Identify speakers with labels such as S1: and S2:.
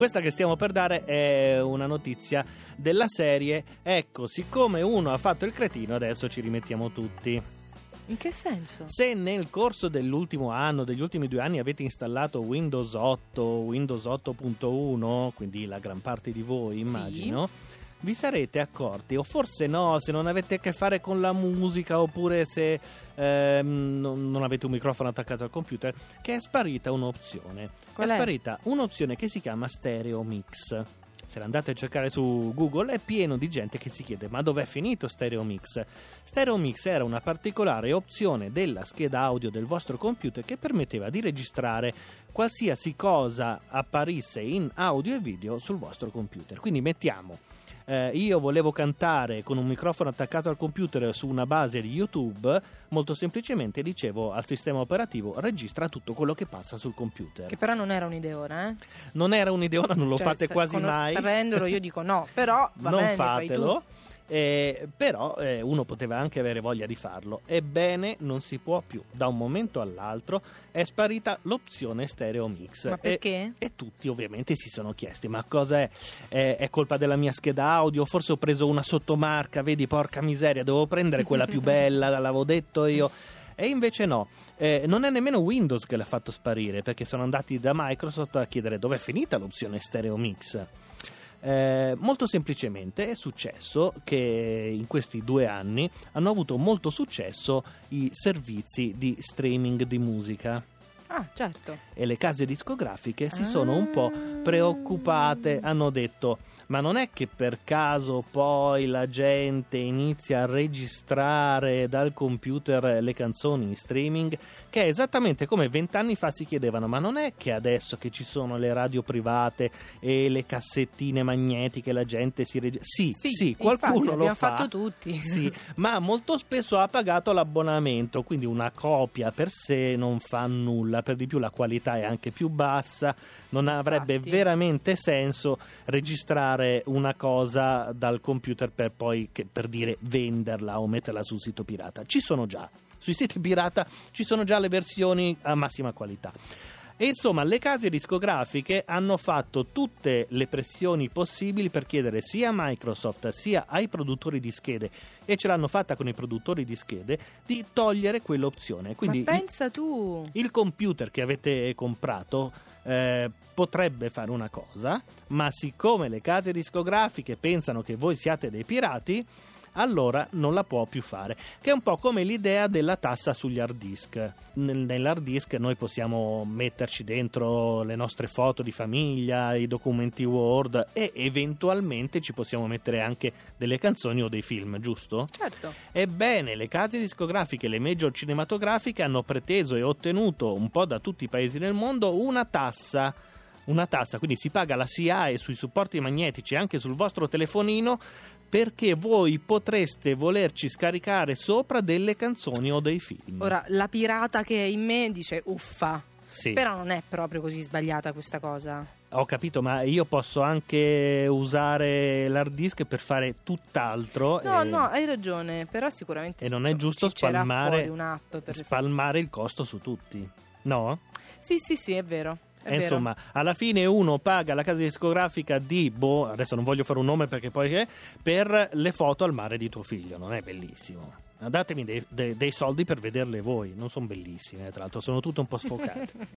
S1: Questa che stiamo per dare è una notizia della serie: ecco, siccome uno ha fatto il cretino, adesso ci rimettiamo tutti.
S2: In che senso?
S1: Se nel corso dell'ultimo anno, degli ultimi 2 anni, avete installato Windows 8, Windows 8.1, quindi la gran parte di voi, immagino, vi sarete accorti, o forse no, se non avete a che fare con la musica, oppure se non avete un microfono attaccato al computer, che è sparita un'opzione.
S2: Qual
S1: è
S2: è?
S1: sparita un'opzione che si chiama Stereo Mix. Se la andate a cercare su Google è pieno di gente che si chiede: ma dov'è finito Stereo Mix? Stereo Mix era una particolare opzione della scheda audio del vostro computer che permetteva di registrare qualsiasi cosa apparisse in audio e video sul vostro computer. Quindi mettiamo, io volevo cantare con un microfono attaccato al computer su una base di YouTube, molto semplicemente dicevo al sistema operativo: registra tutto quello che passa sul computer.
S2: Che però non era un'ideona, eh?
S1: Non era un'ideona, non lo
S2: Cioè,
S1: fate quasi mai.
S2: Sapendolo io dico no, però va
S1: non
S2: bene,
S1: fatelo.
S2: fai tu.
S1: Però uno poteva anche avere voglia di farlo. Ebbene, non si può più. Da un momento all'altro è sparita l'opzione Stereo Mix.
S2: Ma perché?
S1: E tutti ovviamente si sono chiesti: ma cosa è? È colpa della mia scheda audio? Forse ho preso una sottomarca? Vedi, porca miseria, dovevo prendere quella più bella, l'avevo detto io. E invece no, non è nemmeno Windows che l'ha fatto sparire, perché sono andati da Microsoft a chiedere dov'è finita l'opzione Stereo Mix. Molto semplicemente è successo che in questi 2 anni hanno avuto molto successo i servizi di streaming di musica.
S2: Ah, certo.
S1: E le case discografiche si sono un po' preoccupate, hanno detto: ma non è che per caso poi la gente inizia a registrare dal computer le canzoni in streaming? Che è esattamente come 20 anni fa si chiedevano: ma non è che adesso che ci sono le radio private e le cassettine magnetiche la gente si registra? Sì, qualcuno lo fa.
S2: L'abbiamo fatto tutti.
S1: Sì, ma molto spesso ha pagato l'abbonamento, quindi una copia per sé non fa nulla, per di più la qualità è anche più bassa, non avrebbe veramente senso registrare una cosa dal computer per poi, per dire, venderla o metterla sul sito pirata. Ci sono già, sui siti pirata ci sono già le versioni a massima qualità. E insomma, le case discografiche hanno fatto tutte le pressioni possibili per chiedere sia a Microsoft sia ai produttori di schede, e ce l'hanno fatta con i produttori di schede, di togliere quell'opzione. Quindi
S2: ma pensa tu!
S1: Il computer che avete comprato potrebbe fare una cosa, ma siccome le case discografiche pensano che voi siate dei pirati, allora non la può più fare, che è un po' come l'idea della tassa sugli hard disk. Nell'hard disk noi possiamo metterci dentro le nostre foto di famiglia, i documenti Word, e eventualmente ci possiamo mettere anche delle canzoni o dei film, giusto?
S2: Certo.
S1: Ebbene, le case discografiche, le major cinematografiche hanno preteso e ottenuto un po' da tutti i paesi del mondo una tassa, quindi si paga la SIAE sui supporti magnetici, anche sul vostro telefonino, perché voi potreste volerci scaricare sopra delle canzoni o dei film.
S2: Ora, la pirata che è in me dice uffa.
S1: Sì.
S2: Però non è proprio così sbagliata questa cosa.
S1: Ho capito, ma io posso anche usare l'hard disk per fare tutt'altro.
S2: No, hai ragione, però sicuramente
S1: e non è giusto
S2: un'app
S1: spalmare il costo su tutti, no?
S2: Sì, è vero.
S1: Insomma, alla fine uno paga la casa discografica di adesso non voglio fare un nome perché poi per le foto al mare di tuo figlio. Non è bellissimo? Datemi dei soldi per vederle voi. Non sono bellissime, tra l'altro sono tutte un po' sfocate.